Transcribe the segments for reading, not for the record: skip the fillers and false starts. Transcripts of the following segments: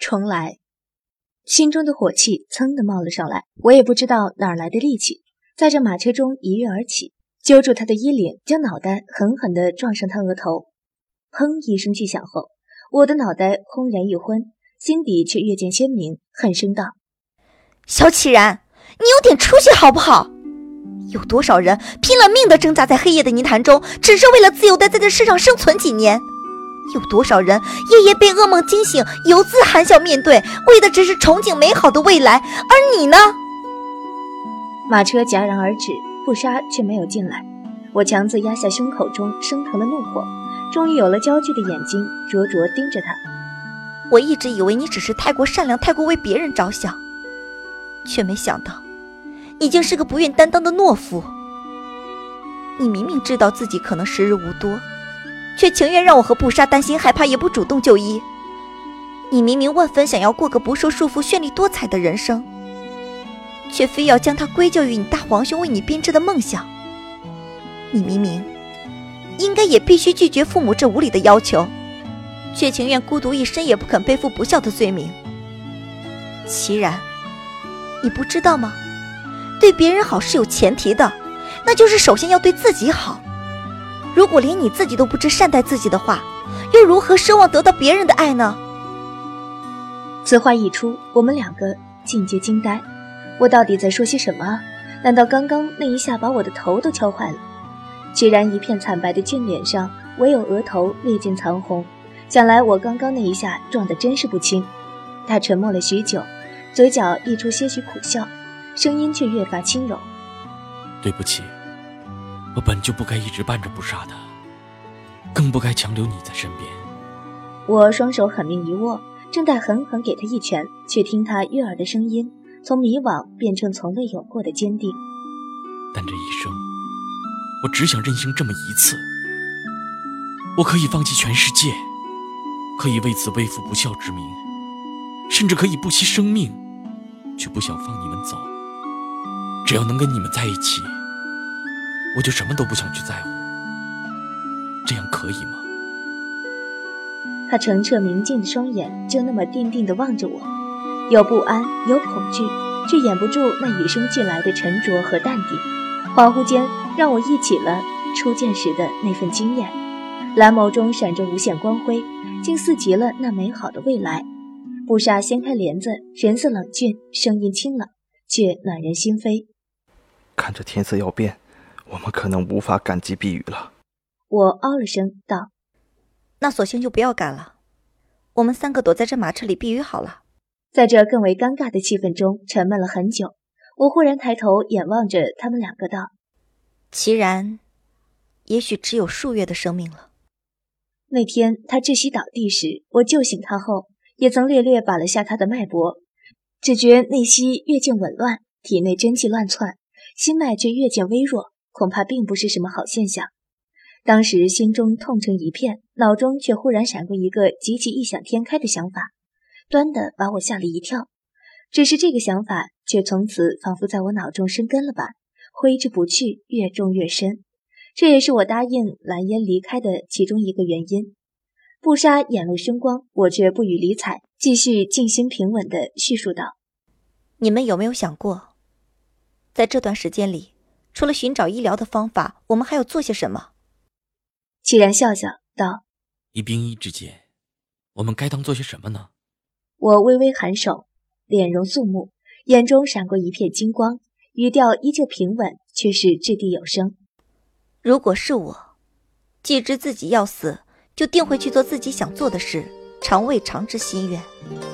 重来。心中的火气噌地冒了上来，我也不知道哪儿来的力气，在这马车中一跃而起，揪住他的衣领，将脑袋狠狠地撞上他额头。砰一声巨响后，我的脑袋轰然一昏，心底却越见鲜明，狠声道： 小启然，你有点出息好不好？有多少人拼了命地挣扎在黑夜的泥潭中，只是为了自由地在这世上生存几年？有多少人夜夜被噩梦惊醒，犹自含笑面对，为的只是憧憬美好的未来，而你呢？ 马车戛然而止，布莎却没有进来。我强自压下胸口中升腾的怒火，终于有了焦距的眼睛灼灼盯着他。 我一直以为你只是太过善良，太过为别人着想，却没想到你竟是个不愿担当的懦夫。你明明知道自己可能时日无多，却情愿让我和布莎担心害怕，也不主动就医。你明明万分想要过个不受束缚、绚丽多彩的人生，却非要将它归咎于你大皇兄为你编织的梦想。你明明应该也必须拒绝父母这无理的要求，却情愿孤独一生，也不肯背负不孝的罪名。齐然，你不知道吗？对别人好是有前提的，那就是首先要对自己好。如果连你自己都不知善待自己的话，又如何奢望得到别人的爱呢？ 此话一出，我们两个尽皆惊呆。我到底在说些什么啊？难道刚刚那一下把我的头都敲坏了？齐然一片惨白的俊脸上，唯有额头略见残红，想来我刚刚那一下撞得真是不轻。他沉默了许久，嘴角溢出些许苦笑，声音却越发轻柔。 对不起，我本就不该一直伴着布莎的，更不该强留你在身边。 我双手狠命一握，正待狠狠给他一拳，却听他悦耳的声音从迷惘变成从未有过的坚定。 但这一生，我只想任性这么一次。我可以放弃全世界，可以为此为父不孝之名，甚至可以不惜生命，却不想放你们走。只要能跟你们在一起，我就什么都不想去在乎。这样可以吗？ 他澄澈明净的双眼就那么定定地望着我，有不安，有恐惧，却掩不住那与生俱来的沉着和淡定。恍惚间让我忆起了初见时的那份惊艳，蓝眸中闪着无限光辉，竟似极了那美好的未来。布莎掀开帘子，神色冷峻，声音清冷，却暖人心扉。 看着天色要变，我们可能无法赶集避雨了。 我哦了声道： 那索性就不要赶了，我们三个躲在这马车里避雨好了。 在这更为尴尬的气氛中沉闷了很久，我忽然抬头眼望着他们两个道： 齐然也许只有数月的生命了。 那天他窒息倒地时，我救醒他后也曾略略把了下他的脉搏，只觉内息越见紊乱，体内真气乱窜，心脉却越见微弱，恐怕并不是什么好现象。当时心中痛成一片，脑中却忽然闪过一个极其异想天开的想法，端的把我吓了一跳。只是这个想法却从此仿佛在我脑中生根了般，挥之不去，越种越深。这也是我答应蓝烟离开的其中一个原因。布莎眼露凶光，我却不予理睬，继续静心平稳地叙述道： 你们有没有想过，在这段时间里，除了寻找医疗的方法，我们还要做些什么？ 齐然笑笑道： 一兵一之间，我们该当做些什么呢？ 我微微颔首，脸容肃穆，眼中闪过一片金光，语调依旧平稳，却是掷地有声。 如果是我，既知自己要死，就定会去做自己想做的事，常为常之心愿。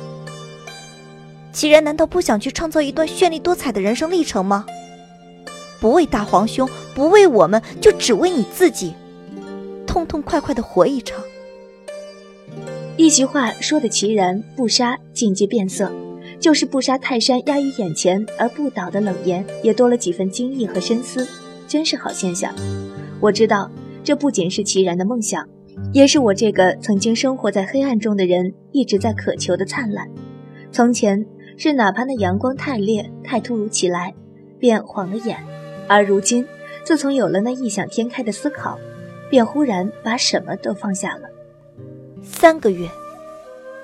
齐然难道不想去创造一段绚丽多彩的人生历程吗？不为大皇兄，不为我们，就只为你自己，痛痛快快地活一场。 一席话说的齐然、布莎尽皆变色，就是布莎泰山压于眼前而不倒的冷言，也多了几分惊异和深思，真是好现象。我知道，这不仅是齐然的梦想，也是我这个曾经生活在黑暗中的人一直在渴求的灿烂。从前是哪怕那阳光太烈、太突如其来，便晃了眼，而如今自从有了那异想天开的思考，便忽然把什么都放下了。 3个月，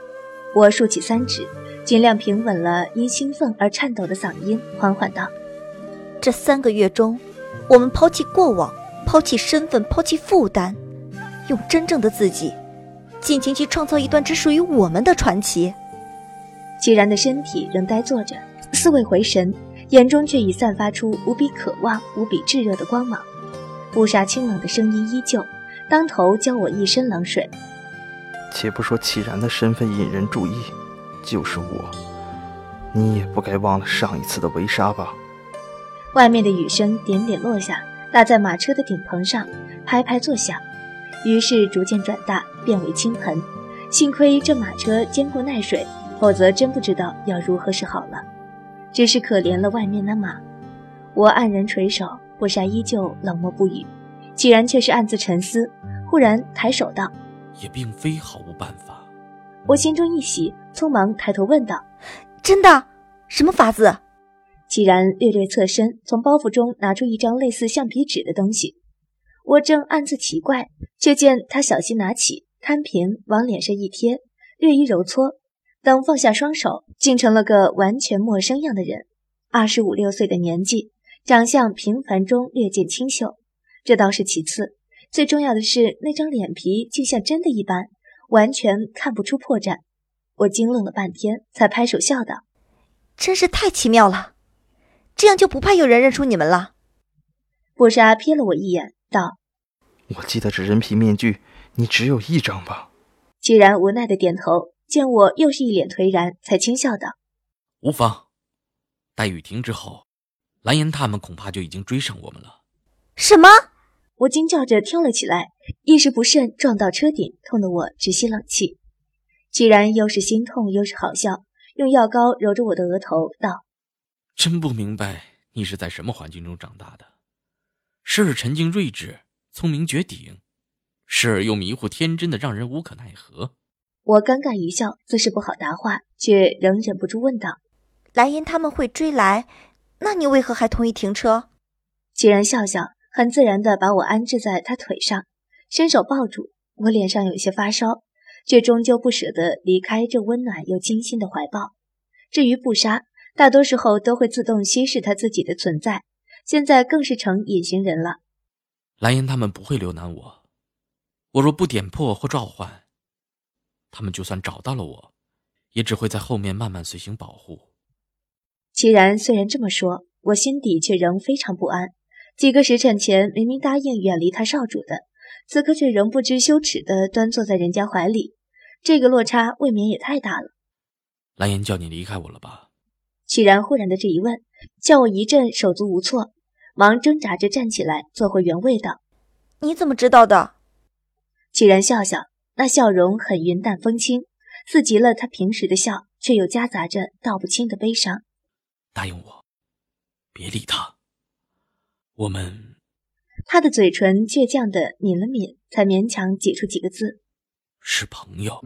我竖起3指，尽量平稳了因兴奋而颤抖的嗓音，缓缓道： 这3个月中，我们抛弃过往，抛弃身份，抛弃负担，用真正的自己尽情去创造一段只属于我们的传奇。 齐然的身体仍呆坐着，似未回神，眼中却已散发出无比渴望、无比炙热的光芒。布莎清冷的声音依旧，当头浇我一身冷水。 且不说齐然的身份引人注意，就是我，你也不该忘了上一次的围杀吧。 外面的雨声点点落下，打在马车的顶棚上，拍拍作响。于是逐渐转大，变为倾盆。幸亏这马车坚固耐水，否则真不知道要如何是好了。只是可怜了外面那马。我黯然垂首，布莎依旧冷漠不语，齐然却是暗自沉思，忽然抬手道： 也并非毫无办法。 我心中一喜，匆忙抬头问道： 真的？什么法子？ 齐然略略侧身，从包袱中拿出一张类似橡皮纸的东西。我正暗自奇怪，却见他小心拿起，摊平往脸上一贴，略一揉搓，等放下双手，竟成了个完全陌生样的人。25、26岁的年纪，长相平凡中略见清秀，这倒是其次，最重要的是那张脸皮竟像真的一般，完全看不出破绽。我惊愣了半天，才拍手笑道： 真是太奇妙了，这样就不怕有人认出你们了。 布莎瞥了我一眼，道： 我记得这人皮面具你只有1张吧。 齐然无奈的点头，见我又是一脸颓然，才轻笑道： 无妨，待雨停之后，蓝颜他们恐怕就已经追上我们了。 什么？ 我惊叫着跳了起来，一时不慎撞到车顶，痛得我直吸冷气。齐然又是心痛又是好笑，用药膏揉着我的额头道： 真不明白你是在什么环境中长大的，时而沉静睿智，聪明绝顶，时而又迷糊天真的让人无可奈何。 我尴尬一笑，自是不好答话，却仍忍不住问道： 蓝颜他们会追来，那你为何还同意停车？ 齐然笑笑，很自然地把我安置在他腿上，伸手抱住我，脸上有些发烧，却终究不舍得离开这温暖又精心的怀抱。至于布莎，大多时候都会自动稀释他自己的存在，现在更是成隐形人了。 蓝颜他们不会留难我，我若不点破或召唤，他们就算找到了我，也只会在后面慢慢随行保护。 齐然虽然这么说，我心底却仍非常不安。几个时辰前明明答应远离他少主的，此刻却仍不知羞耻地端坐在人家怀里，这个落差未免也太大了。 蓝颜叫你离开我了吧？ 齐然忽然的这一问，叫我一阵手足无措，忙挣扎着站起来，坐回原位道： 你怎么知道的？ 齐然笑笑，那笑容很云淡风轻，似极了他平时的笑，却又夹杂着道不清的悲伤。 答应我，别理他。我们…… 他的嘴唇倔强地抿了抿，才勉强挤出几个字： 是朋友。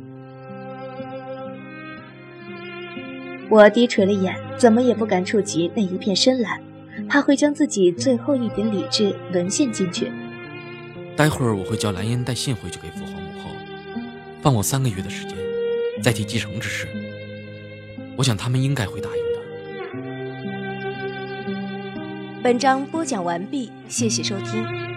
我低垂了眼，怎么也不敢触及那一片深蓝，怕会将自己最后一点理智沦陷进去。 待会儿我会叫蓝颜带信回去给父皇母后，放我3个月的时间，再提继承之事。我想他们应该会答应的。 本章播讲完毕，谢谢收听。